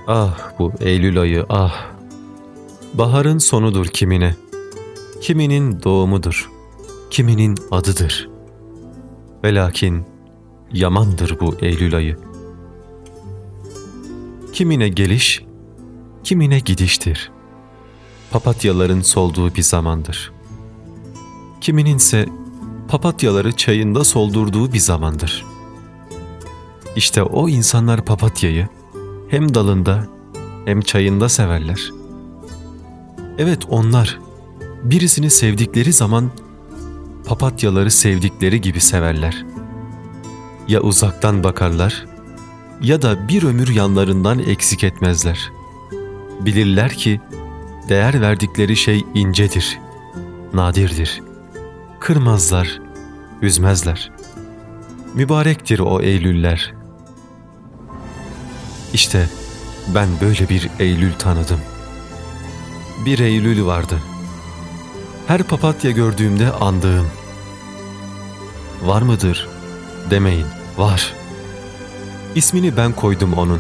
Ah bu Eylül ayı ah! Baharın sonudur kimine, kiminin doğumudur, kiminin adıdır. Ve lakin yamandır bu Eylül ayı. Kimine geliş, kimine gidiştir. Papatyaların solduğu bir zamandır. Kimininse papatyaları çayında soldurduğu bir zamandır. İşte o insanlar papatyayı hem dalında hem çayında severler. Evet, onlar birisini sevdikleri zaman papatyaları sevdikleri gibi severler. Ya uzaktan bakarlar ya da bir ömür yanlarından eksik etmezler. Bilirler ki değer verdikleri şey incedir, nadirdir. Kırmazlar, üzmezler. Mübarektir o Eylüller. İşte ben böyle bir Eylül tanıdım. Bir Eylül vardı. Her papatya gördüğümde andığım. Var mıdır demeyin, var. İsmini ben koydum onun.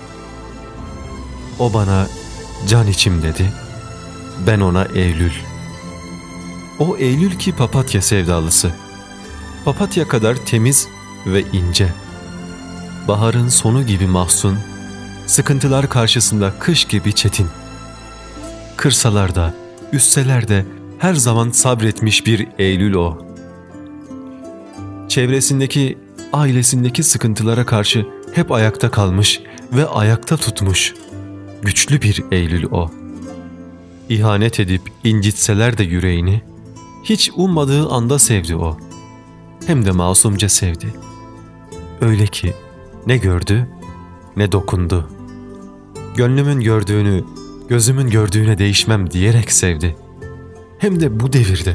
O bana can içim dedi, ben ona Eylül. O Eylül ki papatya sevdalısı. Papatya kadar temiz ve ince. Baharın sonu gibi mahzun, sıkıntılar karşısında kış gibi çetin. Kırsalar da, üstseler de her zaman sabretmiş bir Eylül o. Çevresindeki, ailesindeki sıkıntılara karşı hep ayakta kalmış ve ayakta tutmuş. Güçlü bir Eylül o. İhanet edip incitseler de yüreğini, hiç ummadığı anda sevdi o. Hem de masumca sevdi. Öyle ki ne gördü ne dokundu. Gönlümün gördüğünü, gözümün gördüğüne değişmem diyerek sevdi. Hem de bu devirde.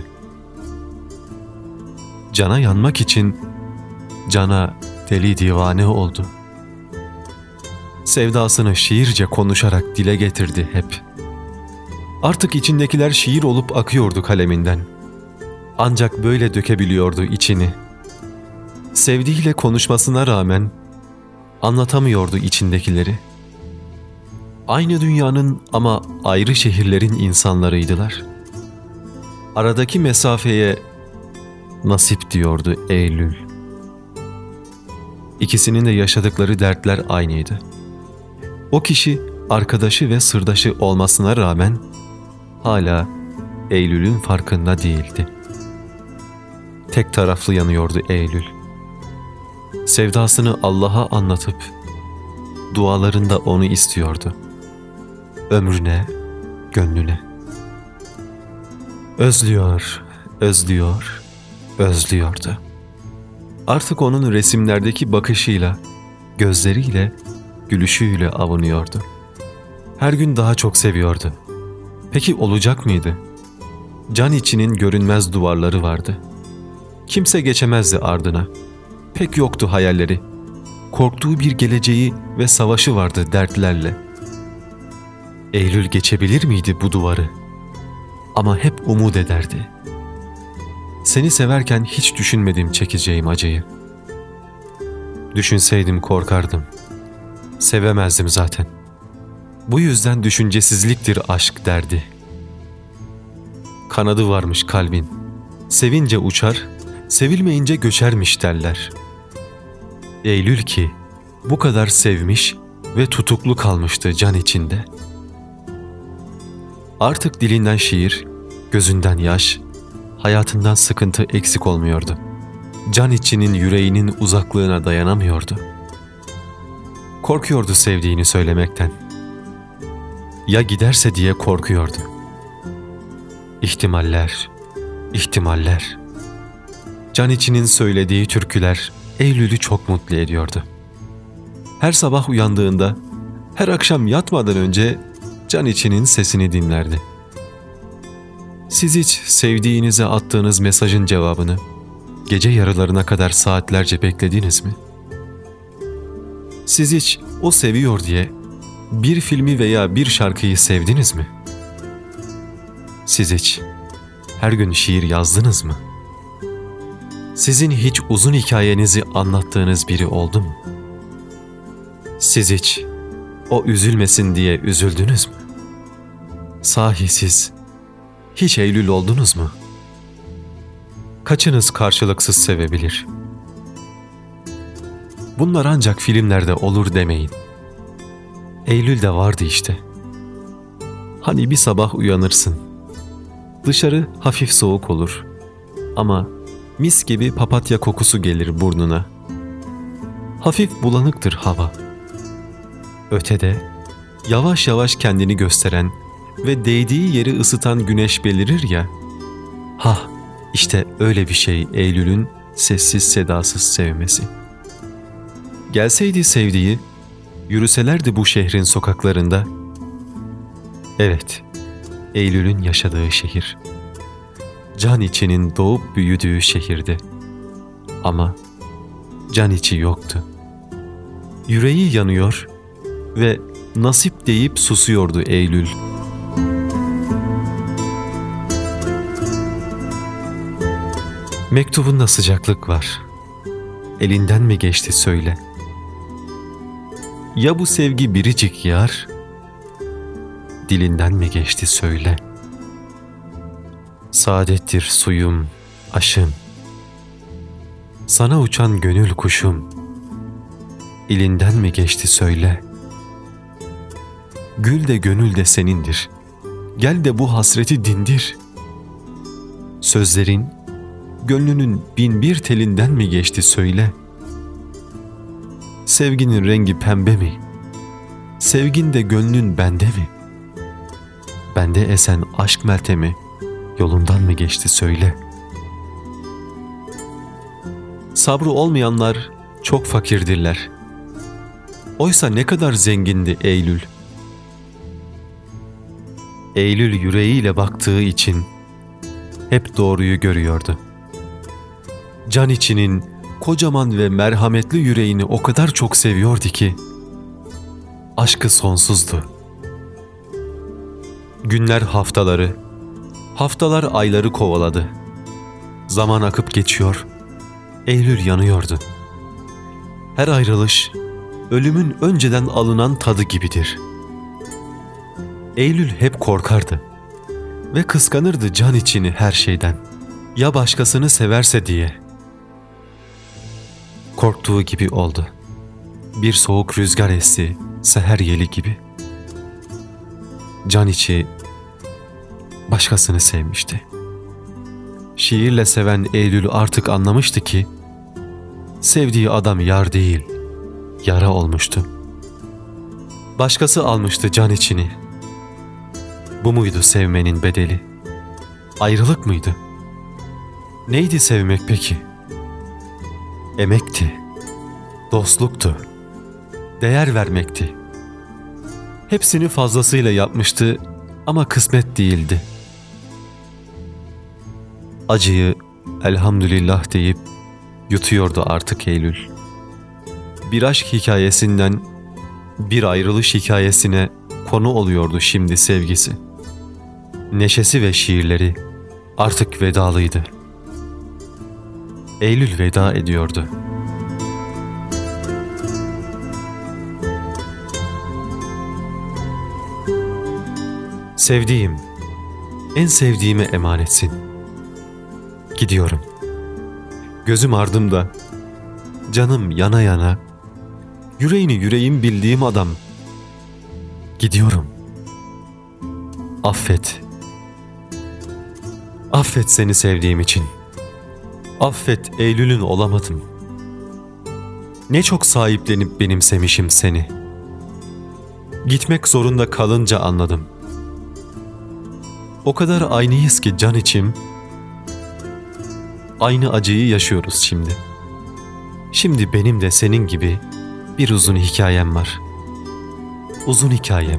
Cana yanmak için cana deli divane oldu. Sevdasını şiirce konuşarak dile getirdi hep. Artık içindekiler şiir olup akıyordu kaleminden. Ancak böyle dökebiliyordu içini. Sevdiğiyle konuşmasına rağmen anlatamıyordu içindekileri. Aynı dünyanın ama ayrı şehirlerin insanlarıydılar. Aradaki mesafeye nasip diyordu Eylül. İkisinin de yaşadıkları dertler aynıydı. O kişi arkadaşı ve sırdaşı olmasına rağmen hala Eylül'ün farkında değildi. Tek taraflı yanıyordu Eylül. Sevdasını Allah'a anlatıp dualarında onu istiyordu. Ömrüne, gönlüne. Özlüyor, özlüyor, özlüyordu. Artık onun resimlerdeki bakışıyla, gözleriyle, gülüşüyle avunuyordu. Her gün daha çok seviyordu. Peki olacak mıydı? Can içinin görünmez duvarları vardı. Kimse geçemezdi ardına. Pek yoktu hayalleri. Korktuğu bir geleceği ve savaşı vardı dertlerle. Eylül geçebilir miydi bu duvarı? Ama hep umut ederdi. Seni severken hiç düşünmedim çekeceğim acıyı. Düşünseydim korkardım. Sevemezdim zaten. Bu yüzden düşüncesizliktir aşk derdi. Kanadı varmış kalbin. Sevince uçar, sevilmeyince göçermiş derler. Eylül ki bu kadar sevmiş ve tutuklu kalmıştı can içinde. Artık dilinden şiir, gözünden yaş, hayatından sıkıntı eksik olmuyordu. Can içinin yüreğinin uzaklığına dayanamıyordu. Korkuyordu sevdiğini söylemekten. Ya giderse diye korkuyordu. İhtimaller, ihtimaller. Can içinin söylediği türküler Eylül'ü çok mutlu ediyordu. Her sabah uyandığında, her akşam yatmadan önce can içinin sesini dinlerdi. Siz hiç sevdiğinize attığınız mesajın cevabını gece yarılarına kadar saatlerce beklediniz mi? Siz hiç o seviyor diye bir filmi veya bir şarkıyı sevdiniz mi? Siz hiç her gün şiir yazdınız mı? Sizin hiç uzun hikayenizi anlattığınız biri oldu mu? Siz hiç o üzülmesin diye üzüldünüz mü? Sahi siz hiç Eylül oldunuz mu? Kaçınız karşılıksız sevebilir? Bunlar ancak filmlerde olur demeyin. Eylül'de vardı işte. Hani bir sabah uyanırsın. Dışarı hafif soğuk olur. Ama mis gibi papatya kokusu gelir burnuna. Hafif bulanıktır hava. Ötede yavaş yavaş kendini gösteren ve değdiği yeri ısıtan güneş belirir ya. İşte öyle bir şey Eylül'ün sessiz sedasız sevmesi. Gelseydi sevdiği, yürüselerdi bu şehrin sokaklarında. Evet, Eylül'ün yaşadığı şehir. Can içinin doğup büyüdüğü şehirdi. Ama can içi yoktu. Yüreği yanıyor ve nasip deyip susuyordu Eylül. Mektubunda sıcaklık var. Elinden mi geçti söyle. Ya bu sevgi biricik yar, dilinden mi geçti söyle. Saadettir suyum, aşım, sana uçan gönül kuşum, ilinden mi geçti söyle. Gül de gönül de senindir, gel de bu hasreti dindir. Sözlerin, gönlünün bin bir telinden mi geçti söyle. Sevginin rengi pembe mi? Sevgin de gönlün bende mi? Bende esen aşk meltemi yolundan mı geçti söyle. Sabrı olmayanlar çok fakirdirler. Oysa ne kadar zengindi Eylül. Eylül yüreğiyle baktığı için hep doğruyu görüyordu. Can içinin kocaman ve merhametli yüreğini o kadar çok seviyordu ki, aşkı sonsuzdu. Günler haftaları, haftalar ayları kovaladı. Zaman akıp geçiyor, Eylül yanıyordu. Her ayrılış, ölümün önceden alınan tadı gibidir. Eylül hep korkardı ve kıskanırdı can içini her şeyden. Ya başkasını severse diye. Korktuğu gibi oldu. Bir soğuk rüzgar esti, seher yeli gibi. Can içi başkasını sevmişti. Şiirle seven Eylül artık anlamıştı ki, sevdiği adam yar değil, yara olmuştu. Başkası almıştı can içini. Bu muydu sevmenin bedeli? Ayrılık mıydı? Neydi sevmek peki? Emekti, dostluktu, değer vermekti. Hepsini fazlasıyla yapmıştı ama kısmet değildi. Acıyı elhamdülillah deyip yutuyordu artık Eylül. Bir aşk hikayesinden bir ayrılış hikayesine konu oluyordu şimdi sevgisi. Neşesi ve şiirleri artık vedalıydı. Eylül veda ediyordu. Sevdiğim, en sevdiğime emanetsin. Gidiyorum. Gözüm ardımda, canım yana yana, yüreğini yüreğim bildiğim adam. Gidiyorum. Affet. Affet seni sevdiğim için. Affet Eylül'ün olamadım. Ne çok sahiplenip benimsemişim seni. Gitmek zorunda kalınca anladım. O kadar aynıyız ki can içim. Aynı acıyı yaşıyoruz şimdi. Şimdi benim de senin gibi bir uzun hikayem var. Uzun hikayem.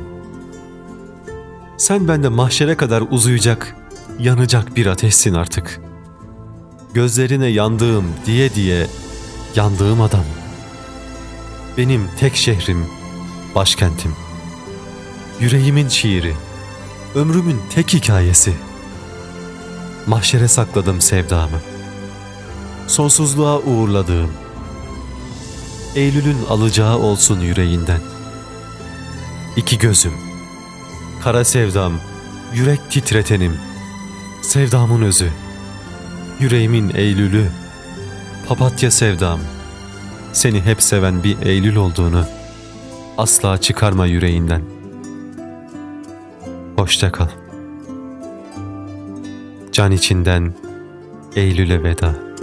Sen bende mahşere kadar uzayacak, yanacak bir ateşsin artık. Gözlerine yandığım diye yandığım adam. Benim tek şehrim, başkentim. Yüreğimin şiiri, ömrümün tek hikayesi. Mahşere sakladım sevdamı. Sonsuzluğa uğurladığım. Eylül'ün alacağı olsun yüreğinden. iki gözüm. Kara sevdam, yürek titretenim. Sevdamın özü, yüreğimin Eylül'ü. Papatya sevdam, seni hep seven bir Eylül olduğunu asla çıkarma yüreğinden. Hoşça kal. Can içinden Eylül'e veda.